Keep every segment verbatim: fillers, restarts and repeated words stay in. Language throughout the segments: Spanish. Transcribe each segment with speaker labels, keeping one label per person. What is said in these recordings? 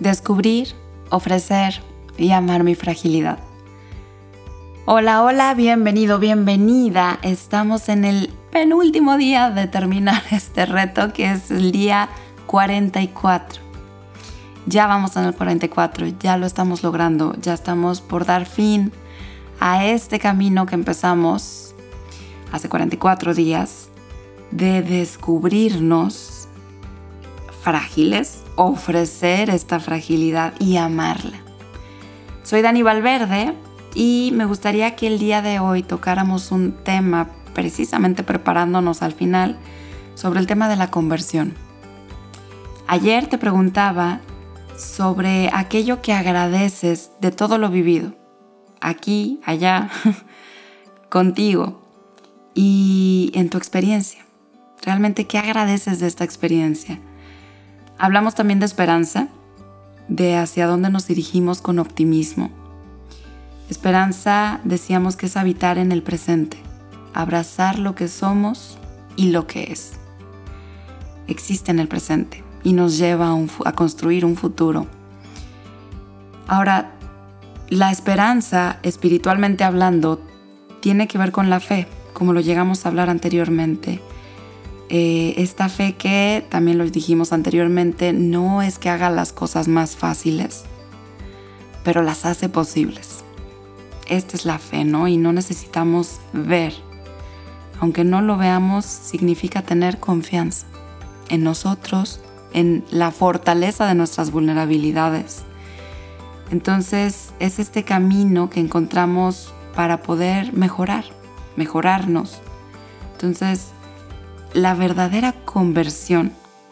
Speaker 1: descubrir, ofrecer y amar mi fragilidad. Hola, hola, bienvenido, bienvenida. Estamos en el penúltimo día de terminar este reto, que es el día cuarenta y cuatro. Ya vamos en el cuarenta y cuatro, ya lo estamos logrando, ya estamos por dar fin a este camino que empezamos hace cuarenta y cuatro días de descubrirnos frágiles, ofrecer esta fragilidad y amarla. Soy Dani Valverde y me gustaría que el día de hoy tocáramos un tema, precisamente preparándonos al final, sobre el tema de la conversión. Ayer te preguntaba sobre aquello que agradeces de todo lo vivido, aquí, allá, contigo y en tu experiencia. Realmente, ¿qué agradeces de esta experiencia? Hablamos también de esperanza, de hacia dónde nos dirigimos con optimismo. Esperanza, decíamos que es habitar en el presente, abrazar lo que somos y lo que es. Existe en el presente y nos lleva a, un, a construir un futuro. Ahora, la esperanza, espiritualmente hablando, tiene que ver con la fe, como lo llegamos a hablar anteriormente. Eh, esta fe que, también lo dijimos anteriormente, no es que haga las cosas más fáciles, pero las hace posibles. Esta es la fe, ¿no? Y no necesitamos ver. Aunque no lo veamos, significa tener confianza en nosotros, en la fortaleza de nuestras vulnerabilidades. Entonces, es este camino que encontramos para poder mejorar, mejorarnos. Entonces, la verdadera conversión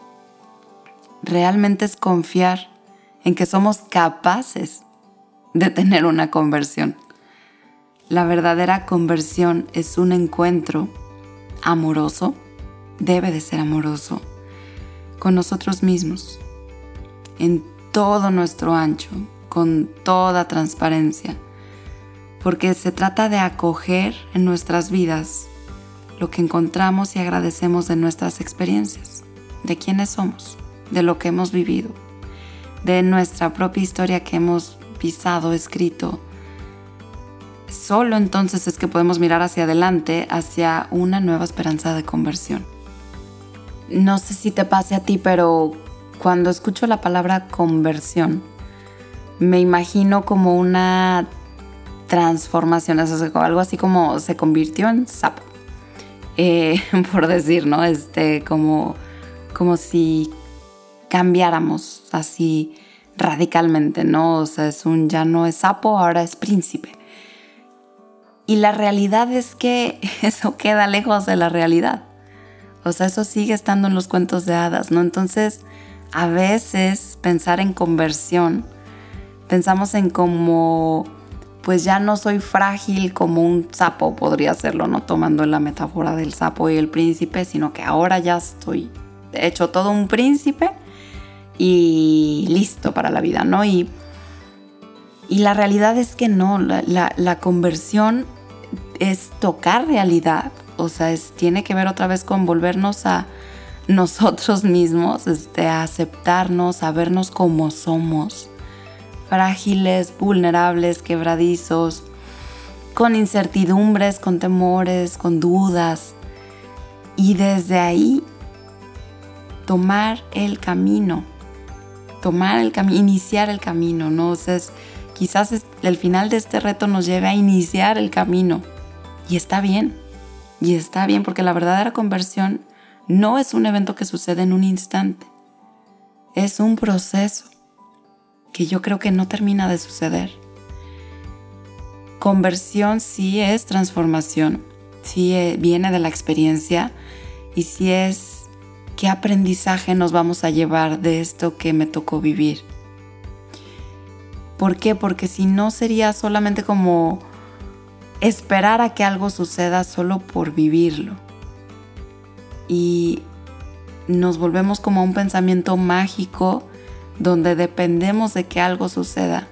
Speaker 1: realmente es confiar en que somos capaces de tener una conversión. La verdadera conversión es un encuentro amoroso, debe de ser amoroso, con nosotros mismos, en todo nuestro ancho, con toda transparencia, porque se trata de acoger en nuestras vidas lo que encontramos y agradecemos de nuestras experiencias, de quiénes somos, de lo que hemos vivido, de nuestra propia historia que hemos pisado, escrito. Solo entonces es que podemos mirar hacia adelante, hacia una nueva esperanza de conversión. No sé si te pase a ti, pero cuando escucho la palabra conversión, me imagino como una transformación, o sea, algo así como se convirtió en sapo. Eh, por decir, ¿no? Este, como, como si cambiáramos así radicalmente, ¿no? O sea, es un, ya no es sapo, ahora es príncipe. Y la realidad es que eso queda lejos de la realidad. O sea, eso sigue estando en los cuentos de hadas, ¿no? Entonces, a veces pensar en conversión, pensamos en como, pues ya no soy frágil como un sapo podría serlo, no tomando la metáfora del sapo y el príncipe, sino que ahora ya estoy hecho todo un príncipe y listo para la vida, ¿no? Y, y la realidad es que no, la, la, la conversión es tocar realidad, o sea, es, tiene que ver otra vez con volvernos a nosotros mismos, este, a aceptarnos, a vernos como somos, frágiles, vulnerables, quebradizos, con incertidumbres, con temores, con dudas. Y desde ahí, tomar el camino, tomar el camino, iniciar el camino, ¿no? O sea, es, quizás es, el final de este reto nos lleve a iniciar el camino. Y está bien, y está bien, porque la verdadera conversión no es un evento que sucede en un instante. Es un proceso que yo creo que no termina de suceder. Conversión sí es transformación, sí viene de la experiencia y sí es qué aprendizaje nos vamos a llevar de esto que me tocó vivir. ¿Por qué? Porque si no sería solamente como esperar a que algo suceda solo por vivirlo. Y nos volvemos como a un pensamiento mágico donde dependemos de que algo suceda.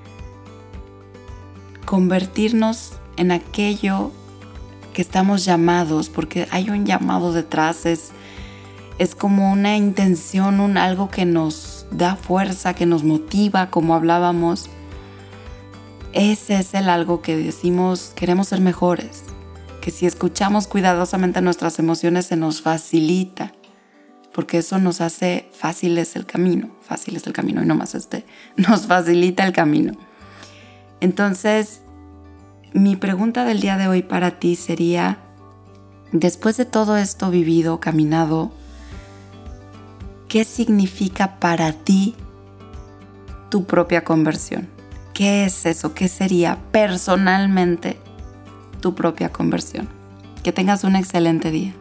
Speaker 1: Convertirnos en aquello que estamos llamados, porque hay un llamado detrás, es, es como una intención, un algo que nos da fuerza, que nos motiva, como hablábamos. Ese es el algo que decimos, queremos ser mejores. Que si escuchamos cuidadosamente nuestras emociones se nos facilita, porque eso nos hace fácil es el camino, fácil es el camino y no más este, nos facilita el camino. Entonces, mi pregunta del día de hoy para ti sería, después de todo esto vivido, caminado, ¿qué significa para ti tu propia conversión? ¿Qué es eso? ¿Qué sería personalmente tu propia conversión? Que tengas un excelente día.